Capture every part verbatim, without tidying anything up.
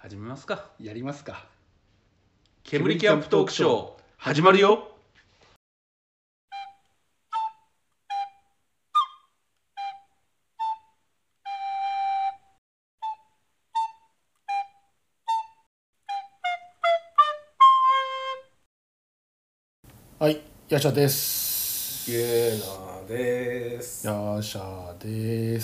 始めますか。 やりますか。 煙キャンプトークショー始まるよ。 はい、ヤシャです。 ゲーナーです。 ヤシャです。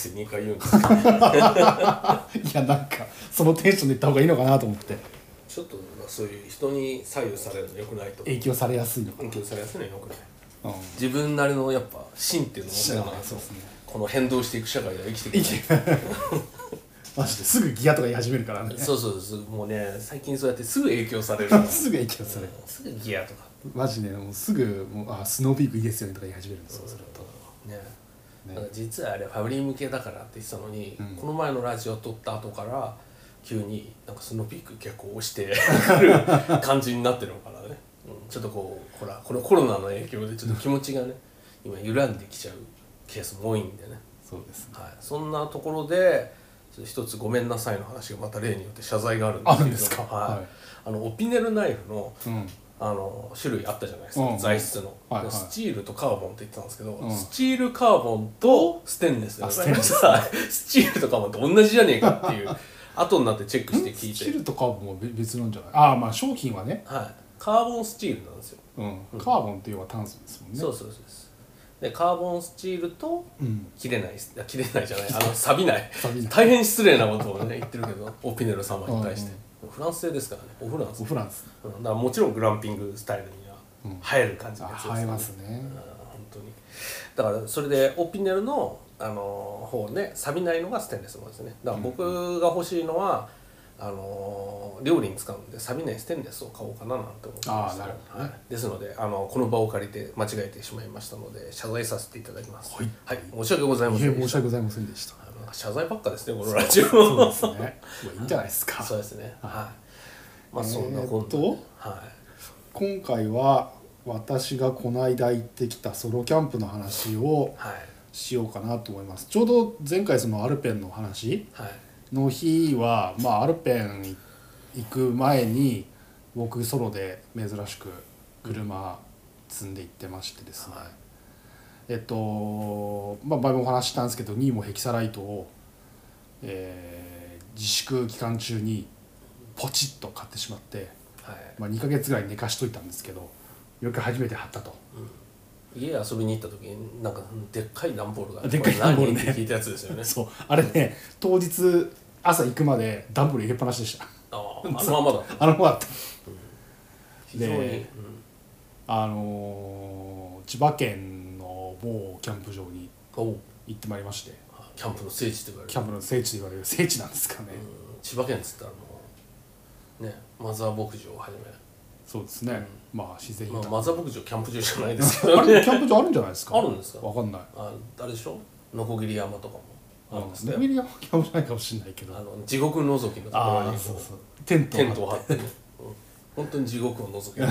なんでにかい言うんですかいや、なんかそのテンションで言った方がいいのかなと思って。 ちょっとそういう人に左右されるのよくないと。 影響されやすいのかな。 影響されやすいのよくない、 うん、 自分なりのやっぱ芯っていうのを持たないと、 そうですね、 この変動していく社会では生きていけないマジですぐギアとか言い始めるからね。 そうそうそう、もうね最近そうやってすぐ影響されるすぐ影響される、 うん、すぐギアとかマジね、もうすぐもうあスノーピークいいですよねとか言い始めるんですよ、それとね。 ね、 だから実はあれファブリー向けだからって言ってたのに、うん、この前のラジオ撮った後から急になんかスノーピーク結構押してくる感じになってるのかなね、うん、ちょっとこうほらこのコロナの影響でちょっと気持ちがね今揺らんできちゃうケースも多いんでね。 そうですね、 はい、そんなところで一つごめんなさいの話がまた例によって謝罪があるんですけど、 あるんですか、 はいはい、 あのオピネルナイフの、うんあの種類あったじゃないですか、うん、材質の、はいはい、スチールとカーボンって言ってたんですけど、うん、スチールカーボンとステンレスでございます。スチールとカーボンって同じじゃねえかっていう後になってチェックして聞いて、 スチールとカーボンは別なんじゃない？ああ、まあ商品はね、 はい、カーボンスチールなんですよ、 うんうん、カーボンっていうのは炭素ですもんね。 そうそうそうでカーボンスチールと切れない、うん、切れないじゃないあの錆びない大変失礼なことをね言ってるけどオピネル様に対して、うん、フランス製ですからね、オフランス、 オフランス、 うん、だからもちろんグランピングスタイルには映える感じのやつですね、 映えますね、うん、 本当に。だからそれでオピネルの、あの方ね錆びないのがステンレスの方ですね。だから僕が欲しいのは、あの料理に使うんで錆びないステンレスを買おうかななんて思ってました。あ、なるほどね、はい、ですのであのこの場を借りて間違えてしまいましたので謝罪させていただきます。はい、はい、申し訳ございませんでした。 申し訳ございませんでした。 謝罪ばっかですねこのラジオ。 そうですね。いいんじゃないですか。 そうですね。はい。まあそんなこと、はい。 今回は私がこの間行ってきたソロキャンプの話をしようかなと思います。ちょうど前回そのアルペンの話の日は、まあアルペン行く前に僕ソロで珍しく車積んで行ってましてですね。はい、えっとまあ前もお話ししたんですけど、ニーモヘキサライトを、えー、自粛期間中にポチッと買ってしまって、はい、まあにかげつぐらい寝かしといたんですけど、よく初めて貼ったと、 うん、家遊びに行った時になんかでっかい段ボールがでっかい段ボールねって聞いたやつですよね。 そうあれね、当日朝行くまで段ボール入れっぱなしでした。 ああのままだったあのままだった、 うん、で、うん、 あのー、千葉県の某キャンプ場に行ってまいりまして、 キャンプの聖地と言われるキャンプの聖地と言われる聖地なんですかね、 うん、千葉県っつったらもうねマザー牧場をはじめ、 そうですね、うん、まあ自然豊か、 まあ、マザー牧場キャンプ場じゃないですけど、 ね、あれキャンプ場あるんじゃないですか。 あるんですか。 わかんない。 ああれでしょ、ノコギリ山とかもあるんですね。 ノコギリ山キャンプじゃないかもしれないけど、 あの地獄覗きのところにそうそうテントテントを張ってね、うん、本当に地獄を覗ける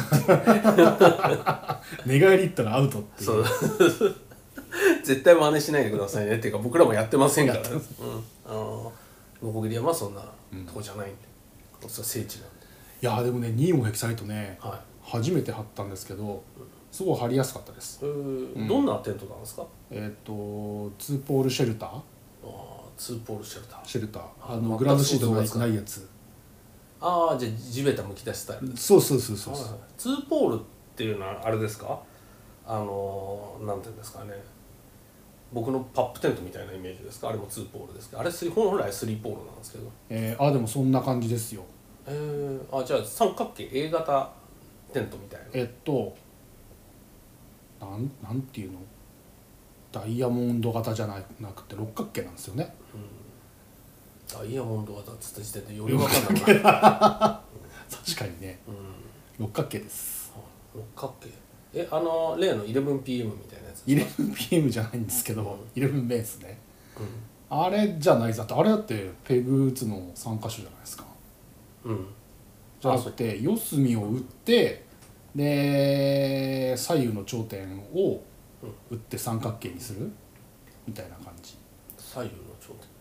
寝返り行ったらアウトっていう。 そう絶対真似しないでくださいねっていうか僕らもやってませんから、ね、うん、あのノコギリ山はそんなとこじゃないんで、うん、それは聖地なんで。 いやでもねニーモヘキサライトね、はい、初めて貼ったんですけどすごい貼りやすかったです。 うん、どんなテントなんですか。 えっ、ー、とツーポールシェルター。ああツーポールシェルターシェルターあのグランドシートがないやつ。 ああじゃあ地べたむき出しスタイル。 そうそうそうそう、はい、 ツーポールっていうのはあれですか、あのなんていうんですかね、僕のパップテントみたいなイメージですか。あれもツーポールですか。あれ本来スリーポールなんですけど、 えー、あでもそんな感じですよ。 えー、あじゃあ三角形 A 型テントみたいな。 えっとなんなんていうの、ダイヤモンド型じゃなくて六角形なんですよね、 うん、ダイヤモンド型っつった時点でより分かんない確かにね、うん、六角形です。 六角形えあの例の イレブンピーエム みたいなやつですか。 イレブンピーエム じゃないんですけど、うん、イレブンベースね、うん、あれじゃないだって、あれだってペグ打つのさん箇所じゃないですか、うん、じゃなくて四隅を打ってで左右の頂点を打って三角形にするみたいな感じ。 左右の頂点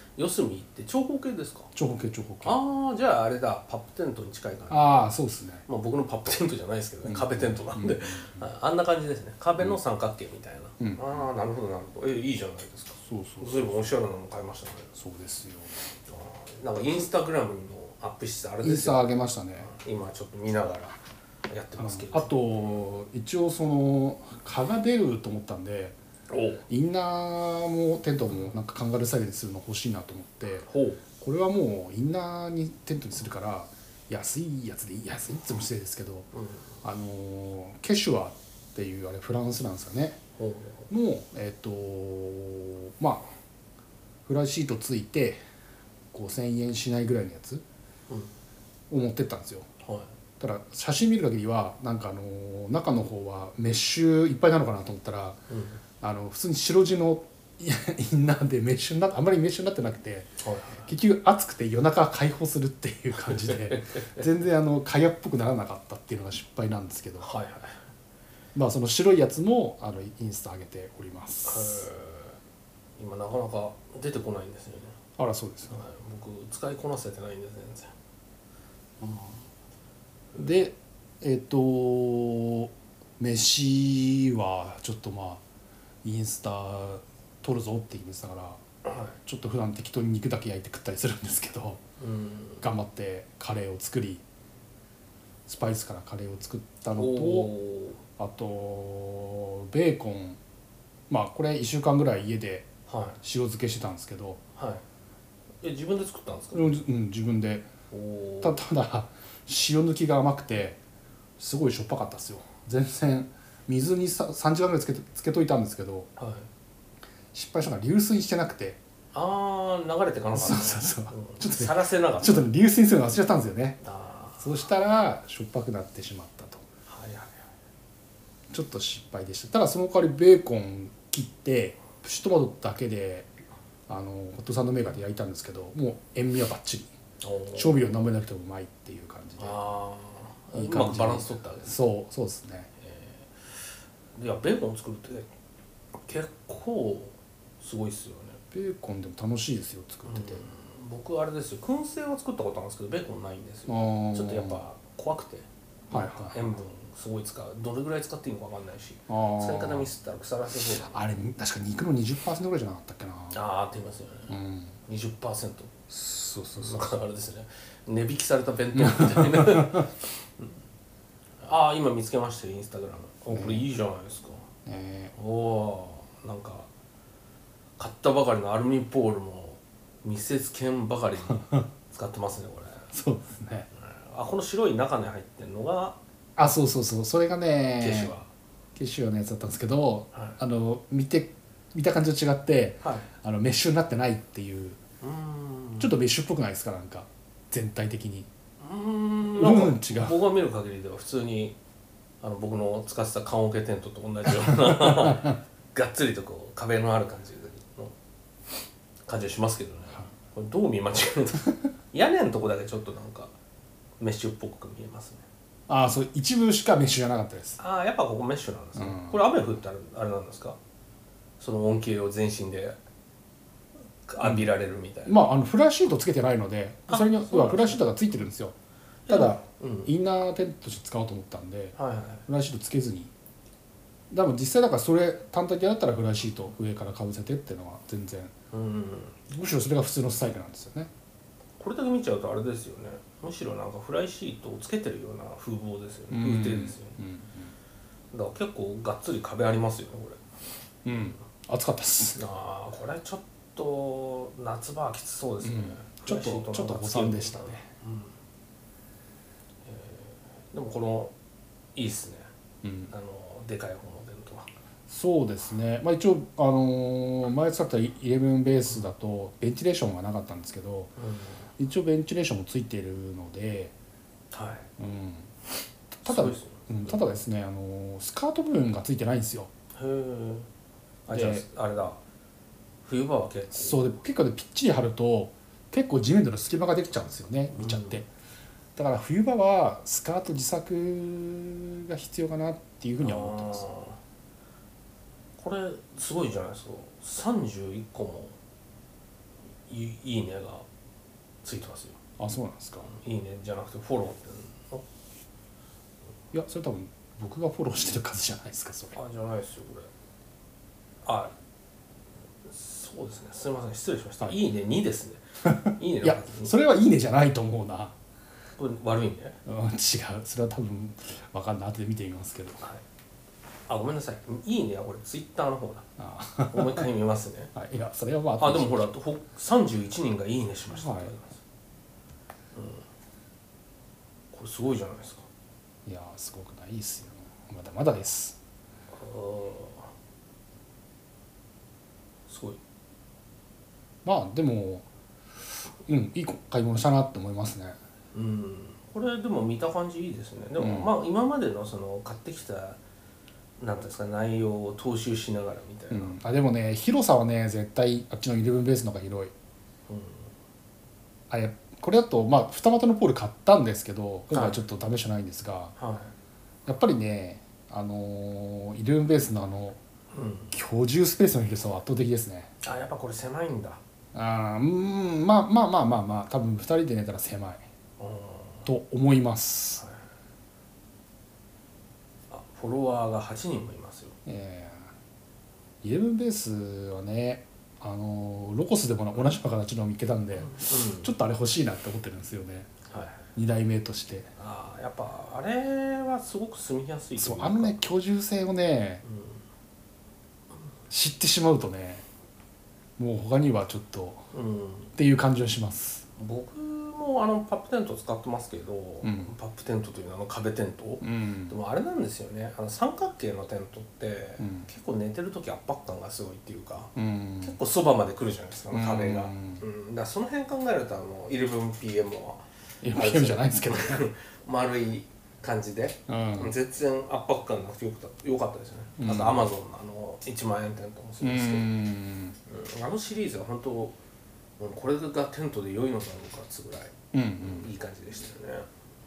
四隅って長方形ですか？ 長方形長方形。 ああ、じゃああれだ、パップテントに近い感じ。 ああそうですね。 まあ僕のパップテントじゃないですけどね、 うん、 壁テントなんで、うんうんうん、あんな感じですね。壁の三角形みたいな、うん、ああなるほどなるほど。えいいじゃないですか。 そうそうそう、 随分おしゃれなの買いましたね。 そうですよ。 なんかインスタグラムにもアップしてあれですよ、 インスタ上げましたね。 今ちょっと見ながらやってますけど、 あと一応その蚊が出ると思ったんで、インナーもテントもなんかカンガルーサイズにするの欲しいなと思って、これはもうインナーにテントにするから安いやつでいい、安いっても失礼ですけど、うん、あのケシュアっていうあれフランスなんですよね、のえっとまあフライシートついてごせんえんしないぐらいのやつを持ってったんですよ、はい、ただ写真見る限りはなんかあの中の方はメッシュいっぱいなのかなと思ったら、うん、あの普通に白地のインナーでメッシュになってあんまりメッシュになってなくて、はい、結局暑くて夜中解放するっていう感じで全然あの蚊帳っぽくならなかったっていうのが失敗なんですけど、はいはい、まあその白いやつもあのインスタ上げております。 今なかなか出てこないんですよね。 あらそうですよ、ね、 はい、僕使いこなせてないんです全然、 うん、でえっ、ー、と飯はちょっとまあインスタ撮るぞって言いましたから、はい、ちょっと普段適当に肉だけ焼いて食ったりするんですけど、うん、頑張ってカレーを作りスパイスからカレーを作ったのと、あとベーコン、まあこれいっしゅうかんぐらい家で塩漬けしてたんですけど、 はい、え自分で作ったんですか？ うん、うん、自分で。たただ塩抜きが甘くてすごいしょっぱかったですよ。全然水にさんじかんぐらいつけてつけといたんですけど、はい、失敗したから流水してなくて、 ああ流れてかなかった、 そうそうそう、 うん、ちょっとさらせなかった、 ちょっと、ね、流水にするの忘れちゃったんですよね。あそうしたらしょっぱくなってしまったと、はいはいはい、ちょっと失敗でした。ただその代わりベーコン切ってプシュトマトだけであのホットサンドメーカーで焼いたんですけど、もう塩味はバッチリ、調味料何もなくてもうまいっていう感じで、あいい感じでうまくバランス取ったわけですね。 そうそうですね、 えー、いやベーコン作るって結構すごいっすよね。 ベーコンでも楽しいですよ作ってて、うん、 僕あれですよ燻製は作ったことあるんですけどベーコンないんですよ。ちょっとやっぱ怖くて、はいはい、塩分すごい使う、どれぐらい使っていいのか分かんないし、使い方ミスったら腐らせそうだ、ね、 あれ確か肉の にじゅっパーセント ぐらいじゃなかったっけな。 ああって言いますよね、うん、にじゅっパーセント。 そうそうそう、 なんかあれですね、値引きされた弁当みたいな、うん、ああ今見つけましたよインスタグラム。おこれいいじゃないですか、ね、おおなんか買ったばかりのアルミポールも密接剣ばかりに使ってますねこれそうですね、 あこの白い中に入ってるのがあそうそうそう、それがねケシュアケシュアのやつだったんですけど、はい、あの見て見た感じと違って、はい、あのメッシュになってないっていう、うんちょっとメッシュっぽくないですか、なんか全体的に。 うーんなんか、うん、違う。僕が見る限りでは普通にあの僕の使ってた棺桶テントと同じようながっつりとこう壁のある感じの感じがしますけどね。これどう見間違えた屋根のとこだけちょっとなんかメッシュっぽく見えますね。 ああそう、一部しかメッシュじゃなかったです。 ああやっぱここメッシュなんですね、うん、これ雨降ってあるあれなんですか、その恩恵を全身で浴びられるみたいな、 うん、まああのフライシートつけてないのでそれにはフライシートがついてるんですよ。ただ、うん、インナーテントとして使おうと思ったんで、はいはい、フライシートつけずに、でも実際だからそれ単体だったらフライシート上からかぶせてっていうのは全然、うん、むしろそれが普通のスタイルなんですよね。 これだけ見ちゃうとあれですよね、むしろなんかフライシートをつけてるような風貌ですよね、風景ですよね、うんうんうん、だから結構がっつり壁ありますよねこれ。うん暑かったっす。 ああこれちょっと夏場はきつそうですね、うん、 ちょっとちょっと誤算でしたね、うんえー、でもこのいいっすね、うん、あのでかい方のテントは。 そうですね、まあ、一応、あのー、前使ったイレブンベースだとベンチレーションがなかったんですけど、うん、一応ベンチレーションもついているので、はいうん、ただ、うん、ただですね、あのー、スカート部分がついてないんですよ。へえ。 あじゃああれだ冬場は結構そうで結構でぴっちり張ると結構地面との隙間ができちゃうんですよね見ちゃって、うん、だから冬場はスカート自作が必要かなっていうふうには思ってます。 これすごいじゃないですか、さんじゅういっこもいいいいねがついてますよ。 あ、そうなんですか。 いいねじゃなくてフォローってのいや、それ多分僕がフォローしてる数じゃないですか、それ。 あ、じゃないですよこれ。あ、そうですね、すみません失礼しました、はい、いいねにですねいいねの数に。 いや、それはいいねじゃないと思うな。 これ悪いね。 うん、違う、それは多分分かんない後で見てみますけど、 はい、あ、ごめんなさい、いいねはこれツイッターの方だ。 あもう一回見ますね。 はい、いや、それはまああ、でもほらさんじゅういちにんがいいねしました、はい、うん、これすごいじゃないですか。 いや、すごくないですよ、まだまだです。 すごい。 まあでもうんいい買い物したなって思いますね。 うん、これでも見た感じいいですね。でも、うん、まあ今までのその買ってきたなんていうんですか内容を踏襲しながらみたいな、うん、 あでもね広さはね絶対あっちのイレブンベースの方が広い、うん、あれこれだとまあ二股のポール買ったんですけど今回ちょっと試してないんですが、はい、やっぱりねあのー、イレブンベースのあの、うん、居住スペースの広さは圧倒的ですね。 あ、やっぱこれ狭いんだ。 あうんまあまあまあまあまあ多分ふたりで寝たら狭いと思います、はい、 あ、フォロワーがはちにんもいますよ。 えー、イレブンベースはねあのロコスでも同じような形のを見つけたんで、うん、ちょっとあれ欲しいなって思ってるんですよね、はい、にだいめとして。 ああ、やっぱあれはすごく住みやすいというか、 そうあのね居住性をね、うん、知ってしまうとねもう他にはちょっと、うん、っていう感じはします。 僕もあのパップテント使ってますけど、うん、パップテントというあの壁テント、うん、でもあれなんですよね、あの三角形のテントって、うん、結構寝てる時圧迫感がすごいっていうか、うん、結構そばまで来るじゃないですか、壁が、うんうん、だからその辺考えるとあの イレブンピーエム はイレブンピーエム じゃないですけどね丸い感じで、うん、全然圧迫感なくてよかった、よかったですよね、うん、あとアマゾンのあのいちまんえんテントもそうですけど、うんうん、あのシリーズは本当これがテントで良いのだろうかつぐらい、うんうん、いい感じでしたよね。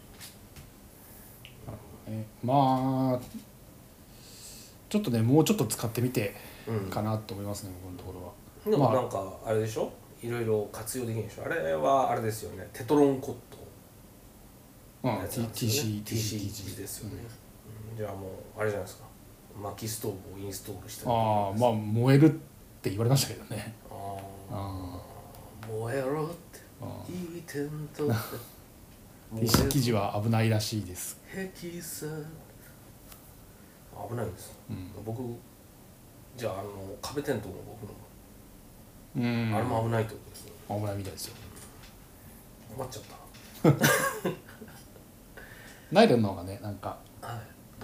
えまあちょっとねもうちょっと使ってみてかなと思いますね、うん、僕のところは。 でもなんかあれでしょ、いろいろ活用できるでしょ。あれはあれですよね、テトロンコットのやつなんですよね、 ティーシー ですよね、うん、じゃあもうあれじゃないですか、薪ストーブをインストールして。 ああまあ燃えるって言われましたけどね。ああ燃えろっていいテントってティーシー 生地は危ないらしいです。 ヘキサ危ないんです、うん、僕じゃああの壁テントも僕のうんあれも危ないってことですね。 危ないみたいですよ。 困っちゃったナイロンの方がねなんか、はい、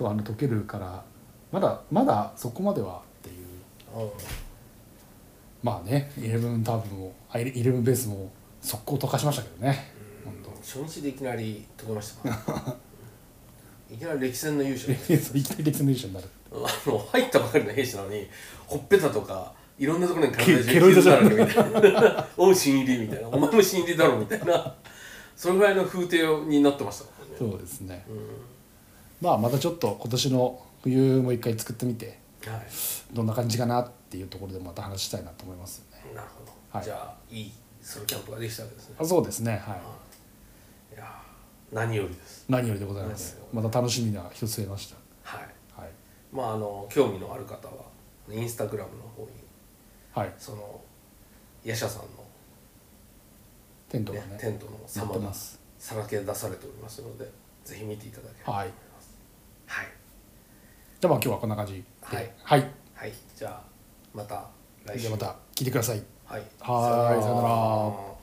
とあの溶けるからまだまだそこまではっていう、うん、まあねイレブンターブもイレブンベースも速攻溶かしましたけどね。 本当初日でいきなり溶けましたからいきなり歴戦の勇者いきなり歴戦の勇者になる。 あの入ったばかりの兵士なのにほっぺたとかいろんなところに体中傷だらけみたいなおう新入りみたいなお前も新入りだろみたいなそれぐらいの風景になってましたもんね。 そうですね、うん、まあまたちょっと今年の冬もう一回作ってみて、はい、どんな感じかなっていうところでまた話したいなと思いますよね。 なるほど、はい、じゃあいいソロキャンプができたわけですね。 あそうですね、はい、 いや何よりです。 何よりでございます。また楽しみが一つ増えました。 はい、はい、まああの興味のある方はインスタグラムの方に、はい、そのヤシャさんのテントがね、 ねテントの様がさらけ出されておりますのでぜひ見ていただければと思います。はい、はい、 じゃあまあ今日はこんな感じで、 はいはい、 はい、じゃあまた来週じゃあまた聞いてください。 はい、 はい、さよなら。